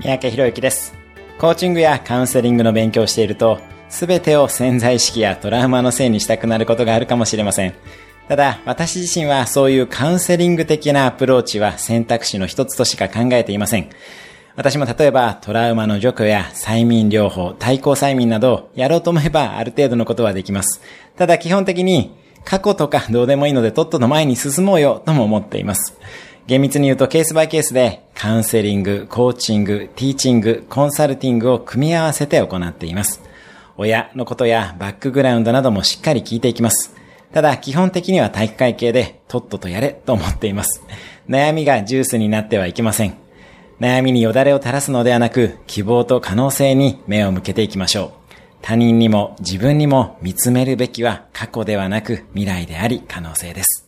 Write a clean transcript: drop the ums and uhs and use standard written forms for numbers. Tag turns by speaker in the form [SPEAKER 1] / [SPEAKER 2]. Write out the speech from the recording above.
[SPEAKER 1] 三宅博之です。コーチングやカウンセリングの勉強をしていると、すべてを潜在意識やトラウマのせいにしたくなることがあるかもしれません。ただ、私自身はそういうカウンセリング的なアプローチは選択肢の一つとしか考えていません。私も例えばトラウマの除去や催眠療法、対抗催眠などやろうと思えばある程度のことはできます。ただ基本的に過去とかどうでもいいのでとっとと前に進もうよとも思っています。厳密に言うとケースバイケースでカウンセリング、コーチング、ティーチング、コンサルティングを組み合わせて行っています。親のことやバックグラウンドなどもしっかり聞いていきます。ただ基本的には体育会系でとっととやれと思っています。悩みがジュースになってはいけません。悩みによだれを垂らすのではなく、希望と可能性に目を向けていきましょう。他人にも自分にも見つめるべきは過去ではなく未来であり可能性です。